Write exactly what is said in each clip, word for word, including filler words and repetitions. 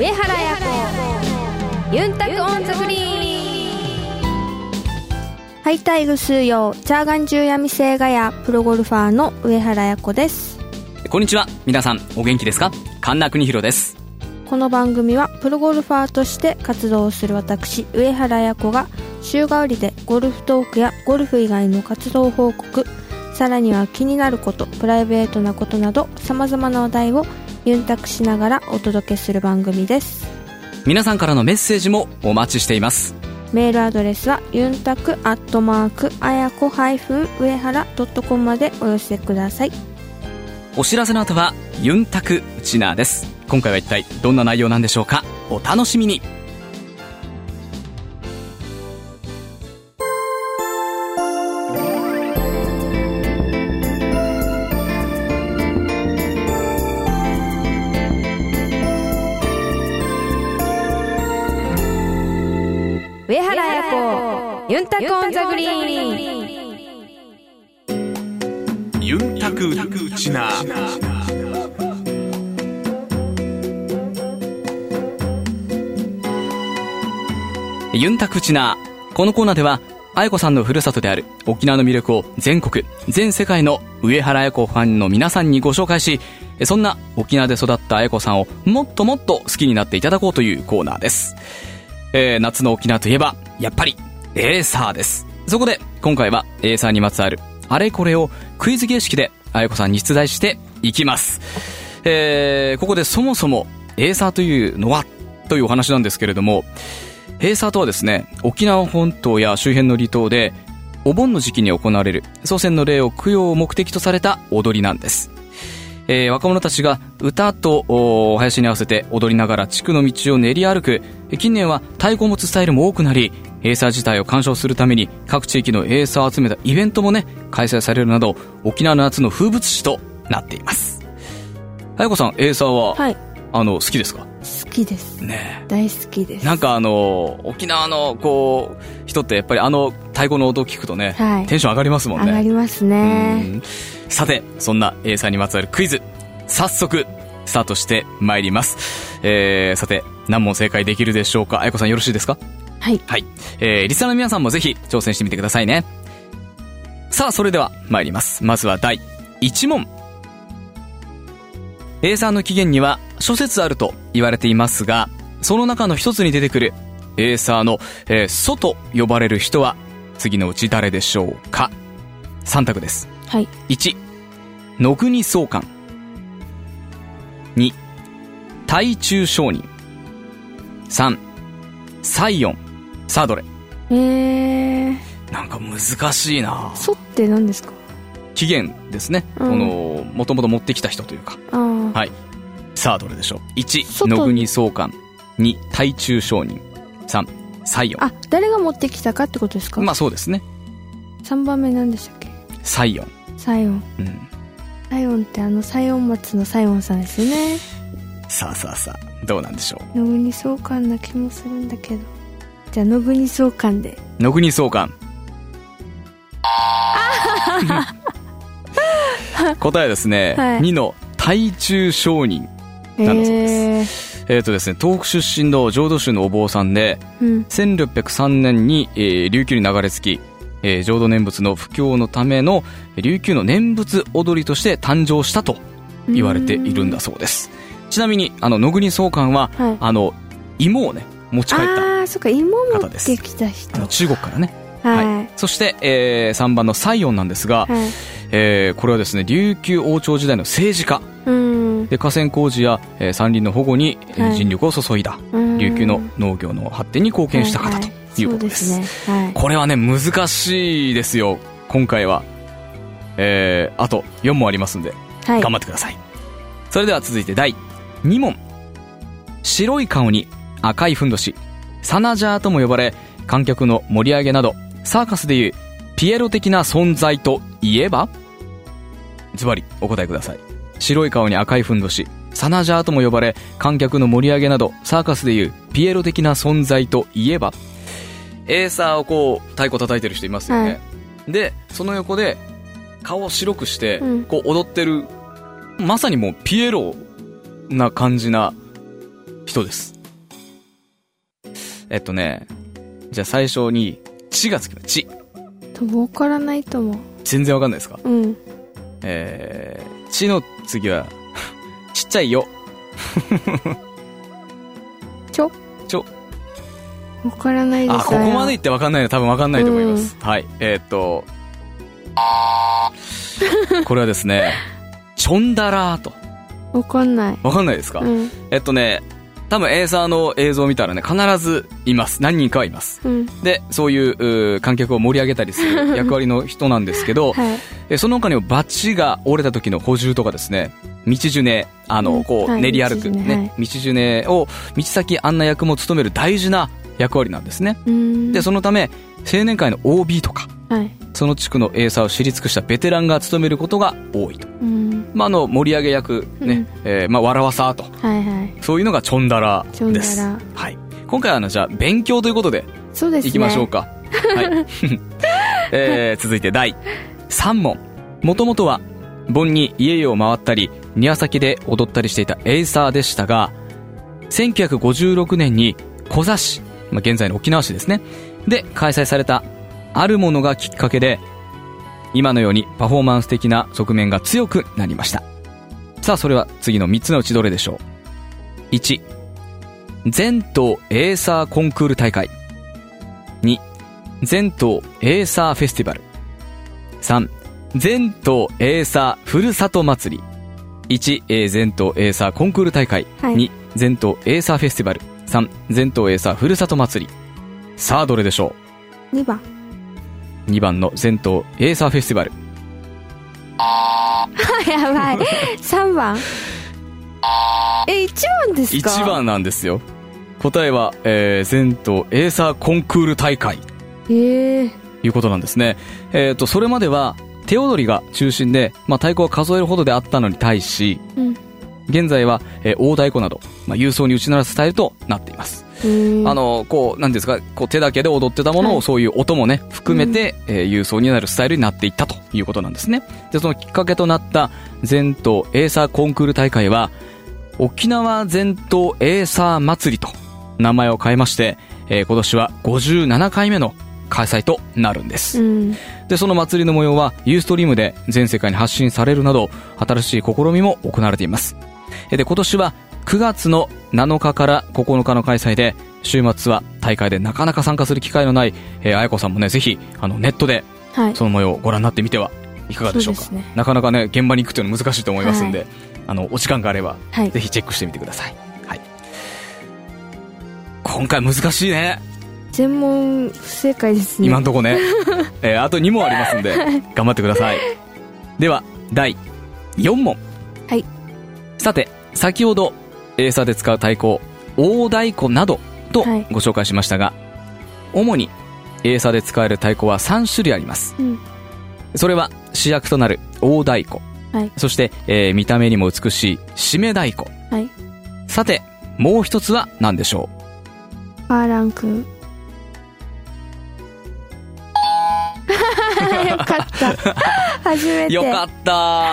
上原彩子ユンタクオンザグリーン。 ハイタイグ数用チャーガン中闇星ガヤプロゴルファーの上原彩子です。 こんにちは、皆さんお元気ですか？神田邦弘です。 この番組はプロゴルファーとして活動をする私上原彩子が週替わりでゴルフトークやゴルフ以外の活動報告、さらには気になること、プライベートなことなど様々な話題をユンタクしながらお届けする番組です。 皆さんからのメッセージもお待ちしています。 メールアドレスはユンタクアットマークあやこ上原ドットコムまでお寄せください。 お知らせの後はユンタクチナーです。今回は一体どんな内容なんでしょうか？お楽しみに。 上原彩子ユンタクオンザグリーン。 ユンタクチナユンタクチナー。このコーナーでは彩子さんのふるさとである沖縄の魅力を全国全世界の上原彩子ファンの皆さんにご紹介し、そんな沖縄で育った彩子さんをもっともっと好きになっていただこうというコーナーです。えー、夏の沖縄といえばやっぱりエーサーです。そこで今回はエーサーにまつわるあれこれをクイズ形式で彩子さんに出題していきます。えー、ここでそもそもエーサーというのはというお話なんですけれども、エーサーとはですね、沖縄本島や周辺の離島でお盆の時期に行われる祖先の霊を供養を目的とされた踊りなんです。えー、若者たちが歌とお囃子に合わせて踊りながら地区の道を練り歩く。近年は太鼓を持つスタイルも多くなり、エーサー自体を鑑賞するために各地域のエーサーを集めたイベントもね開催されるなど、沖縄の夏の風物詩となっています。彩子さん、エーサーは、はい、あの好きですか？ 好きですね。大好きです。 なんかあの沖縄のこう人ってやっぱりあの太鼓の音を聞くとね、はい、テンション上がりますもんね。 上がりますね。 うん、さて、そんなエーサーにまつわるクイズ、早速スタートしてまいります。えー、さて何問正解できるでしょうか？彩子さんよろしいですか？ はい、 はい。えー、リスナーの皆さんもぜひ挑戦してみてくださいね。さあ、それでは参ります。まずはだいいち問。エーサーの起源には諸説あると言われていますが、その中の一つに出てくるエーサーの、えー、祖と呼ばれる人は次のうち誰でしょうか？さん択です。 はい。 いち、野国総監。に、台中商人。さん、西園。さあどれ？ えー、 なんか難しいな。 祖って何ですか？ 起源ですね。 うん、 このもともと持ってきた人というか。 あ、 はい。さあどれでしょう？いち、野国総監。に、台中商人。さん、西園。 あ、誰が持ってきたかってことですか？ まあそうですね。 さんばんめ何でしたっけ？ 西園。 西園。 うん。 西園ってあの西園松の西園さんですよね。 さあさあさあ、どうなんでしょう？ 野国総監な気もするんだけど。じゃあ野国総監で。 野国総監。答えはですね、はい、にの台中商人なんだそうです。えーとですね、東北出身の浄土宗のお坊さんで、うん、せんろっぴゃくさんねんに、えー、琉球に流れ着き、えー、浄土念仏の布教のための琉球の念仏踊りとして誕生したと言われているんだそうです。ちなみにあの野国総監は、はい、あの芋をね持ち帰った方です。 あ、そうか、芋持ってきた人。 あの中国からね。 はい。 はい、そして、えー、さんばんの西園なんですが、はい、えー、これはですね琉球王朝時代の政治家、うん、で河川工事や、えー、山林の保護に、はい、尽力を注いだ、琉球の農業の発展に貢献した方ということです。 はいはい、そうですね。はい、これはね難しいですよ今回は。えー、あとよん問ありますんで、はい、頑張ってください。それでは続いてだいに問。白い顔に赤いふんどし、サナジャーとも呼ばれ観客の盛り上げなどサーカスでいうピエロ的な存在といえば？ズバリお答えください。白い顔に赤いふんどし、サナジャーとも呼ばれ観客の盛り上げなどサーカスでいうピエロ的な存在といえば？エーサーをこう太鼓叩いてる人いますよね、はい、でその横で顔を白くしてこう踊ってる、うん、まさにもうピエロな感じな人です。 えっとね、じゃあ最初に、ちがつく。ち。 多分わからないと思う。 全然わかんないですか？ うん。 えー、ちの次は、ちっちゃいよ。 ちょちょ。 わからないです。 あ、ここまで言ってわかんないの多分わかんないと思います。うん、はい。えー、っと、これはですね、チョンダラーと。 わかんない。 わかんないですか？うん、えっとね、多分エーサーの映像を見たらね、必ずいます。何人かはいます。うん、で、そういう、う観客を盛り上げたりする役割の人なんですけど、はい、えその他にもバチが折れた時の補充とかですね、道ジュネ、あの、こう、うん、練り歩く、はい、ね、道ジュネを、道先案内役も務める大事な役割なんですね。で、そのため、青年会の オービー とか、はい、その地区のエーサーを知り尽くしたベテランが務めることが多いと。まあ、あの、盛り上げ役、ね、うん、えー、まあ、笑わさと、はいはい。そういうのがチョンダラです。はい。今回はあの、じゃあ、勉強ということで、そうですね。いきましょうか。はい。えー、続いてだいさん問。もともとは、盆に家々を回ったり、庭先で踊ったりしていたエイサーでしたが、せんきゅうひゃくごじゅうろくねんにコザ市、まあ、現在の沖縄市ですね、で開催されたあるものがきっかけで、今のようにパフォーマンス的な側面が強くなりました。さあ、それは次のみっつのうちどれでしょう？いち、全島エーサーコンクール大会。に、全島エーサーフェスティバル。さん、全島エーサーふるさと祭り。いち、えー、全島エーサーコンクール大会。はい、に、全島エーサーフェスティバル。さん、全島エーサーふるさと祭り。さあ、どれでしょう？にばん。にばんの全島エーサーフェスティバル。 やばい。さんばん。え、いちばんですか？ いちばんなんですよ。答えは、えー、全島エーサーコンクール大会。 えー。 いうことなんですね。えっと、それまでは手踊りが中心で、まあ、太鼓は数えるほどであったのに対し、うん、現在は、えー、大太鼓など、まあ、勇壮に打ち鳴らすスタイルとなっています。あの、こう、なんですか、こう手だけで踊ってたものを、はい、そういう音もね、含めて、うん、えー、勇壮になるスタイルになっていったということなんですね。で、そのきっかけとなった全島エーサーコンクール大会は、沖縄全島エーサー祭りと名前を変えまして、えー、今年はごじゅうななかいめの開催となるんです。うん、で、その祭りの模様はユーストリームで全世界に発信されるなど、新しい試みも行われています。で、今年はくがつのなのかからここのかの開催で、週末は大会でなかなか参加する機会のない、えー、あやこさんもね、ぜひあのネットでその模様をご覧になってみてはいかがでしょうか。はい、なかなかね、現場に行くというのは難しいと思いますんで、はい、あのお時間があれば、はい、ぜひチェックしてみてください。はい、今回難しいね。 全問不正解ですね。 今んとこね、えー、あとに問ありますんで頑張ってください。ではだいよん問。はい。さて、先ほどエーサーで使う太鼓、大太鼓などとご紹介しましたが、はい、主にエーサーで使える太鼓はさんしゅるいあります。うん、それは主役となる大太鼓、はい、そして、えー、見た目にも美しい締め太鼓、はい、さてもう一つは何でしょう？パーランク。よかった初めて。 よかった、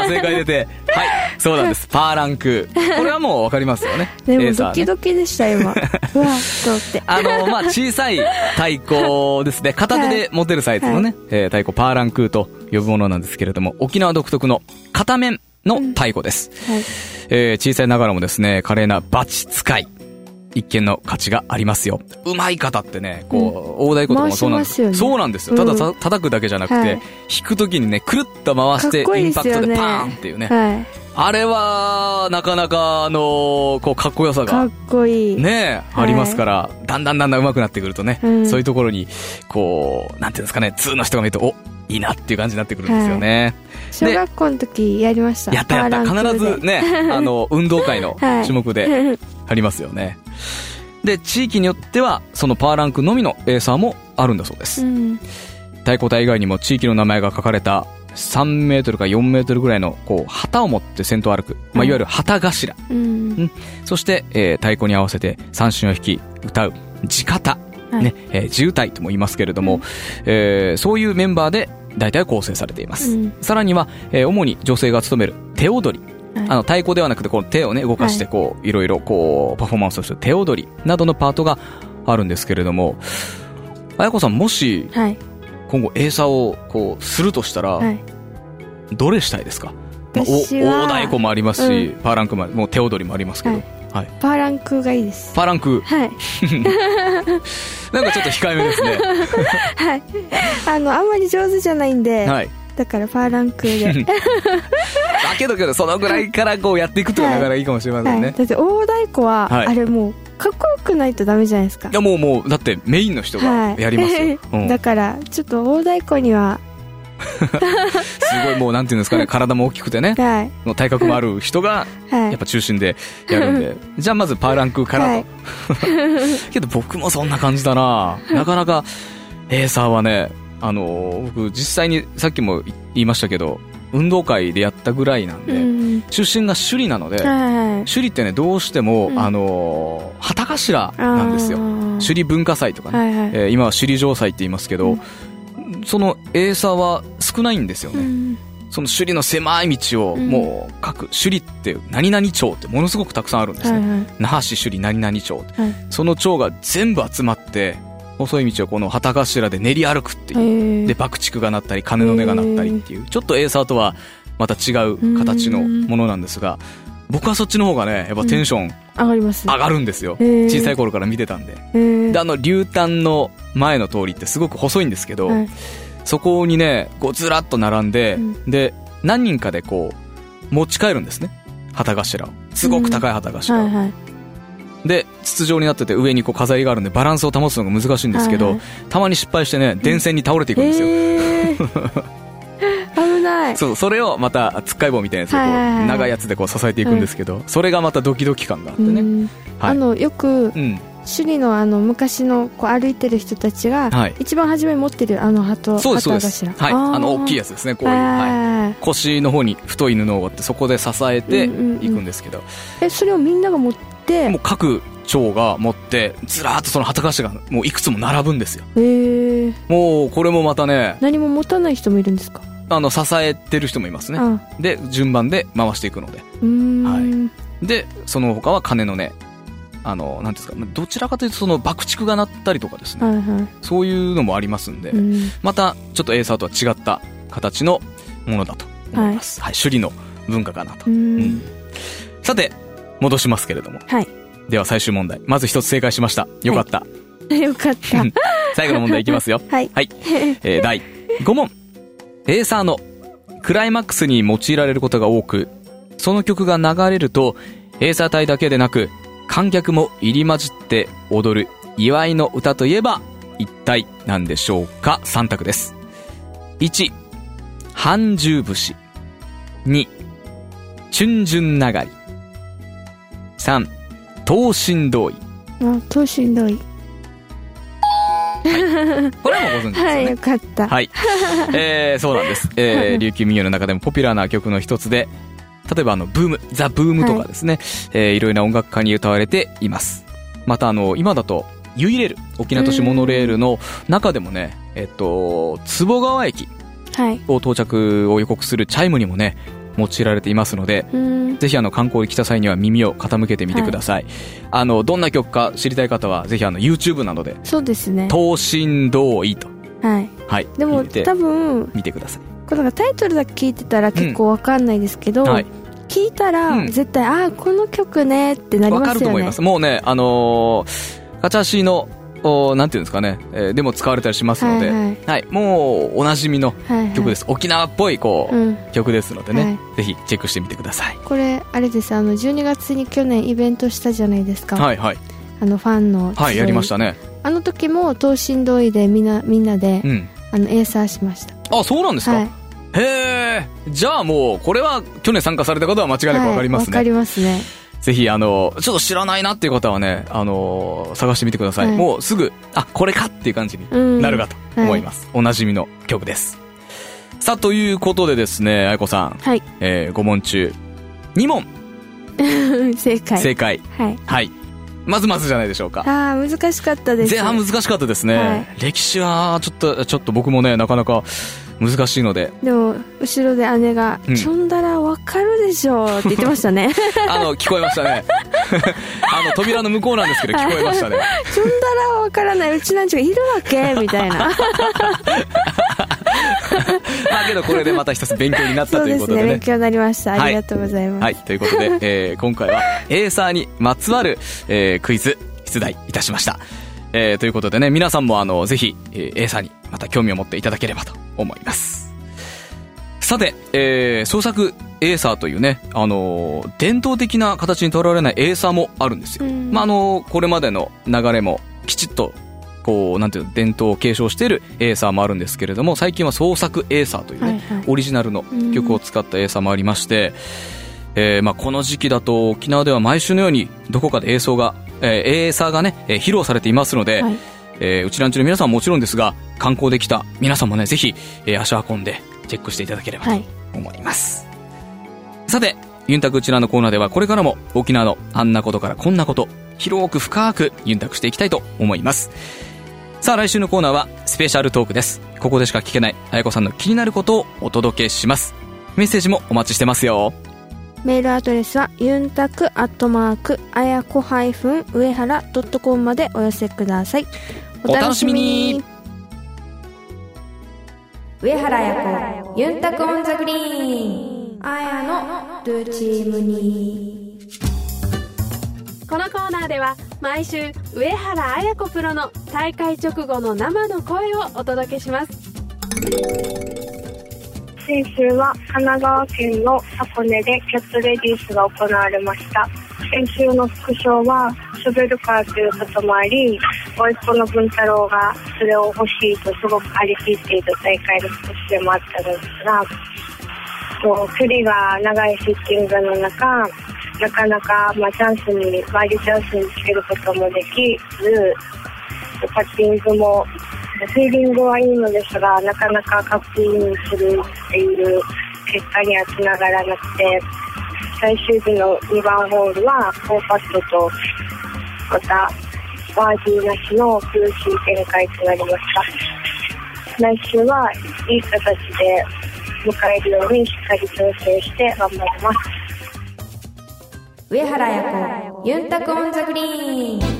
正解出てはい、そうなんです、パーランク。これはもう分かりますよね。 でもドキドキでした今。うわっと思ってあの、まあ、小さい太鼓ですね。片手で持てるサイズのね、はい、えー、太鼓パーランクと呼ぶものなんですけれども、沖縄独特の片面の太鼓です。うん、はい、えー、小さいながらもですね、華麗なバチ使い、一見の価値がありますよ。うまい方ってね、こう、うん、大太鼓とかもそうなんです。よね、そうなんですよ。ただた叩くだけじゃなくて、はい、弾くときにね、くるっと回して、 ね、 インパクトでパーンっていうね。はい、あれは、なかなか、あのー、こう、かっこよさが。 かっこいい。 ね、はい、ありますから、だんだんだんだん上手くなってくるとね、うん、そういうところに、こう、なんていうんですかね、通の人が見ると、お、いいなっていう感じになってくるんですよね。 はい、小学校の時やりました。 やったやった。必ずね、あの、運動会の種目でありますよね。はいで、地域によってはそのパーランクのみのエーサーもあるんだそうです。うん、太鼓隊以外にも地域の名前が書かれたさんメートルかよんメートルぐらいのこう旗を持って先頭を歩く、まあ、いわゆる旗頭、うんうん、そして、えー、太鼓に合わせて三振を弾き歌う地方、はい、ね、えー、地歌いとも言いますけれども、うん、えー、そういうメンバーで大体構成されています。うん、さらには、えー、主に女性が務める手踊り、はい、あの太鼓ではなくてこの手をね動かしてこう、はい、いろいろこうパフォーマンスをする手踊りなどのパートがあるんですけれども、彩子さんもし、 はい、 今後エーサーをこうするとしたら、はい、どれしたいですか？まあ、 私は大太鼓もありますし、うん、パーランクももう手踊りもありますけど、 はいはい、パーランクがいいです。 パーランク、 はいなんかちょっと控えめですねはいあのあんまり上手じゃないんで、はい、だからパーランクでだけどけどそのぐらいからこうやっていくとなかなかいいかもしれませんね、はいはい、 だって大太鼓は、はい、あれもうかっこよくないとダメじゃないですか。 いやもうもうだってメインの人がやりますよ、はいうん、 だからちょっと大太鼓にはすごいもうなんていうんですかね、体も大きくてね、はい、の体格もある人がやっぱ中心でやるんで、はい、じゃあまずパーランクからと、はい、けど僕もそんな感じだな。なかなかエーサーはね、あの僕実際にさっきも言いましたけど運動会でやったぐらいなんで、うん、出身が首里なので、はい、首里ってねどうしても、うん、あの旗頭なんですよ。首里文化祭とかね、はいはいえー、今は首里城祭って言いますけど、うんそのエーサーは少ないんですよね、うん、その首里の狭い道をもう各首里って何々町ってものすごくたくさんあるんですね、はいはい、那覇市首里何々町って、はい、その町が全部集まって細い道をこの旗頭で練り歩くっていうで爆竹が鳴ったり鐘の音が鳴ったりっていうちょっとエーサーとはまた違う形のものなんですが、僕はそっちの方がねやっぱテンション上がります、上がるんですよ。小さい頃から見てたんで、であの竜丹の前の通りってすごく細いんですけど、はい、そこにねこうずらっと並んで、うん、で何人かでこう持ち帰るんですね、旗頭を。すごく高い旗頭を、うんはいはい、で筒状になってて上にこう飾りがあるんでバランスを保つのが難しいんですけど、はいはい、たまに失敗してね電線に倒れていくんですよ、えー危ない。そうそれをまたつっかい棒みたいなやつでこう、はいはいはい、長いやつでこう支えていくんですけど、はい、それがまたドキドキ感があってね、はい、 あのよく、うん、首里のあの昔のこう歩いてる人たちが、はい、一番初め持ってるあの旗そうですそうです、はい、あの大きいやつですね、こういう、はい、腰の方に太い布を折ってそこで支えていくんですけど、うんうんうん、 えそれをみんなが持ってもう各町が持ってずらーっとその旗頭がもういくつも並ぶんですよ。へー、もうこれもまたね何も持たない人もいるんですか？ あの支えてる人もいますね。で順番で回していくので、うーん、はい、でその他は鐘のね、あのなんですか、どちらかというとその爆竹が鳴ったりとかですね、はいはい、そういうのもありますんで、うん、またちょっとエーサーとは違った形のものだと思います、はいはい、首里の文化かなと、うんうん、さて戻しますけれども、はい、では最終問題、まず一つ正解しました。よかった、 はい、よかった最後の問題いきますよはい、はいえー、だいご問。エーサーのクライマックスに用いられることが多く、その曲が流れるとエーサー隊だけでなく観客も入り混じって踊る祝いの歌といえば一体何でしょうか。さん択です。いち半十節、にチュンジュン流り、さん東神同意。 あ、東神同意はい、これはもうご存知ですよね。 はい、よかった。 はい、えー、そうなんです、えー、琉球民謡の中でもポピュラーな曲の一つで、例えばあのブーム、ザ・ブームとかですね、はい、えー、いろいろな音楽家に歌われています。またあの今だとユイレール、沖縄都市モノレールの中でもね、えっと坪川駅を到着を予告するチャイムにもね用いられていますので、ぜひあの観光に来た際には耳を傾けてみてください、はい、あのどんな曲か知りたい方はぜひあの YouTube などで、 そうですね、 東神同意と、 はい、はい、でも多分見てください。 これタイトルだけ聞いてたら結構わかんないですけど、うん、はい、聞いたら絶対、うん、ああこの曲ねってなりますよね。わかると思います。もうね、あのー、カチャシのなんていうんですかね、えー、でも使われたりしますので、はいはいはい、もうおなじみの曲です、はいはい、沖縄っぽいこう、うん、曲ですのでね、はい、ぜひチェックしてみてください。 これあれです、あのじゅうにがつに去年イベントしたじゃないですか。 はいはい、 あのファンの、 はい、やりましたね。 あの時も東神同意でみんなみんなで、うん、あのエーサーしました。 あ、そうなんですか、はい、へえ、じゃあもうこれは去年参加された方は間違いなく分かりますね。 はい、分かりますね。 ぜひあのちょっと知らないなっていう方はね、あの探してみてください、はい、もうすぐあこれかっていう感じになるかと思います、はい、おなじみの曲です。さあということでですね、あいこさん、はい、えー、ご問中に問正解正解、はい、はい、まずまずじゃないでしょうか。 あー難しかったです。 前半難しかったですね、はい、歴史はちょっとちょっと僕もねなかなか難しいので。 でも後ろで姉が、うん、ちょんだらわかるでしょって言ってましたねあの聞こえましたねあの扉の向こうなんですけど聞こえましたね。 チョンダラはわからない、うちなんちがいるわけみたいな。 だけどこれでまた一つ勉強になったということでね。 そうですね、勉強になりました。ありがとうございます。 はい、はい、ということで、えー、今回はエーサーにまつわる、えー、クイズ出題いたしました。えー、ということでね、皆さんもあのぜひ、えー、エーサーにまた興味を持っていただければと思います。さて、えー、創作エーサーというね、あのー、伝統的な形にとらわれないエーサーもあるんですよ。まあ、あのー、これまでの流れもきちっとこうなんていうの伝統を継承しているエーサーもあるんですけれども、最近は創作エーサーというね、はいはい、オリジナルの曲を使ったエーサーもありまして、えーまあ、この時期だと沖縄では毎週のようにどこかで演奏が、えー、エーサーがね、えー、披露されていますので、はい、えー、うちなんちの皆さんはもちろんですが、観光できた皆さんもねぜひ、えー、足を運んでチェックしていただければと思います、はい、さてユンタクうちなのコーナーではこれからも沖縄のあんなことからこんなこと広く深くユンタクしていきたいと思います。さあ来週のコーナーはスペシャルトークです。ここでしか聞けないあやこさんの気になることをお届けします。メッセージもお待ちしてますよ。 メールアドレスはユンタクアットマークあやこハイフン上原ドットコムまでお寄せください。 お楽しみに。 上原あやこユンタクオンザグリーン、あやのドゥチームに。 このコーナーでは毎週上原綾子プロの大会直後の生の声をお届けします。 先週は神奈川県の箱根でキャットレディースが行われました。先週の副賞はショベルカーということもあり、甥っ子の文太郎がそれを欲しいとすごく張り切っていた大会の少しでもあったのですが、と距離が長いシッティングの中、なかなか、まあ、チャンスにバーディーチャンスにつけることもできず、パッティングもフィーリングはいいのですが、なかなかカップインするっていう結果にはつながらなくて、最終日のにばんホールはフォーパットとまたバーディーなしの苦しい展開となりました。来週はいい形で迎えるようにしっかり調整して頑張ります。 上原綾子ユンタクオンザグリーン。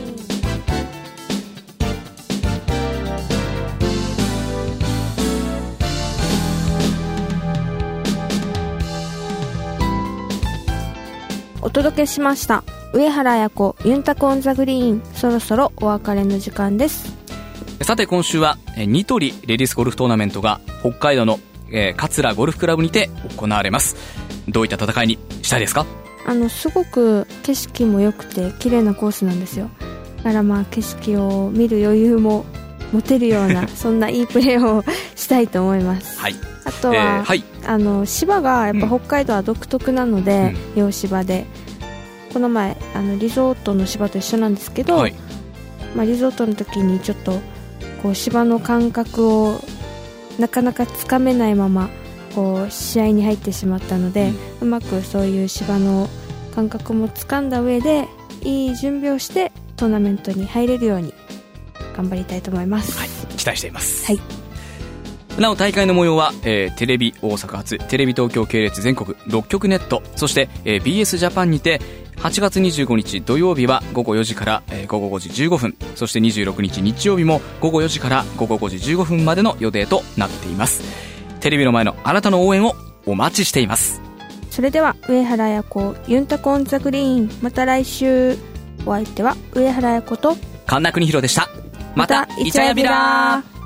お届けしました上原綾子ユンタクオンザグリーン。そろそろお別れの時間です。 さて今週はニトリレディスゴルフトーナメントが北海道の、えー、桂ゴルフクラブにて行われます。どういった戦いにしたいですか？ あのすごく景色も良くて綺麗なコースなんですよ。だからまあ景色を見る余裕も持てるようなそんないいプレーをしたいと思います、はい、あとは、えーはい、あの芝がやっぱ北海道は独特なので、うん、洋芝でこの前あのリゾートの芝と一緒なんですけど、はい、まあ、リゾートの時にちょっとこう芝の感覚をなかなかつかめないままこう試合に入ってしまったので、うん、うまくそういう芝の感覚もつかんだ上でいい準備をしてトーナメントに入れるように頑張りたいと思います、 はい、期待しています、 はい、 なお大会の模様は、えー、テレビ大阪発テレビ東京系列全国ろっきょくネット、そして、えー、ビーエス ジャパンにてはちがつにじゅうごにち土曜日はごごよじから、えー、ごごごじじゅうごふん、そしてにじゅうろくにち日曜日もごごよじからごごごじじゅうごふんまでの予定となっています。テレビの前のあなたの応援をお待ちしています。 それでは上原綾子ユンタクオンザグリーン、また来週。お相手は上原綾子と神田邦弘でした。またイチャヤビラー。